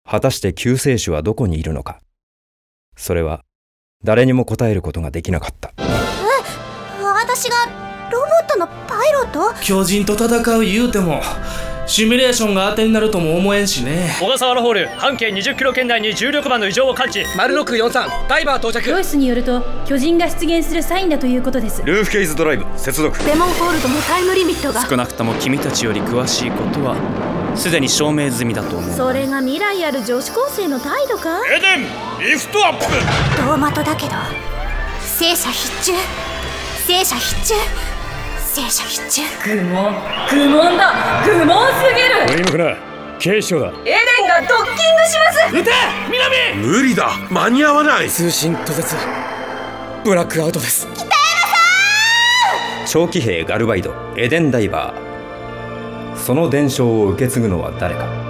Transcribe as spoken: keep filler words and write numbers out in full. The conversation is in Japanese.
果たして救世主はどこにいるのか。それは誰にも答えることができなかった。 え、私がロボットのパイロット？ 巨人と戦う言うてもシミュレーションが当てになるとも思えんしね。 小笠原ホール半径にじゅっキロ圏内に重力板の異常を感知。 丸ろくよんさんダイバー到着。 ロイスによると巨人が出現するサインだということです。 ルーフケイズドライブ接続。 デモンホールドもタイムリミットが。 少なくとも君たちより詳しいことはすでに証明済みだと思う。 それが未来ある女子高生の態度か。 エデンリフトアップ。 同的だけど聖者必中、聖者必中、聖者必中。 愚問愚問だ、愚問すぎる。 振り向くな、警視庁だ。 エデンがドッキングします。 撃て南。 無理だ、間に合わない。 通信途絶、ブラックアウトです。 長騎兵ガルバイド、エデンダイバー。その伝承を受け継ぐのは誰か。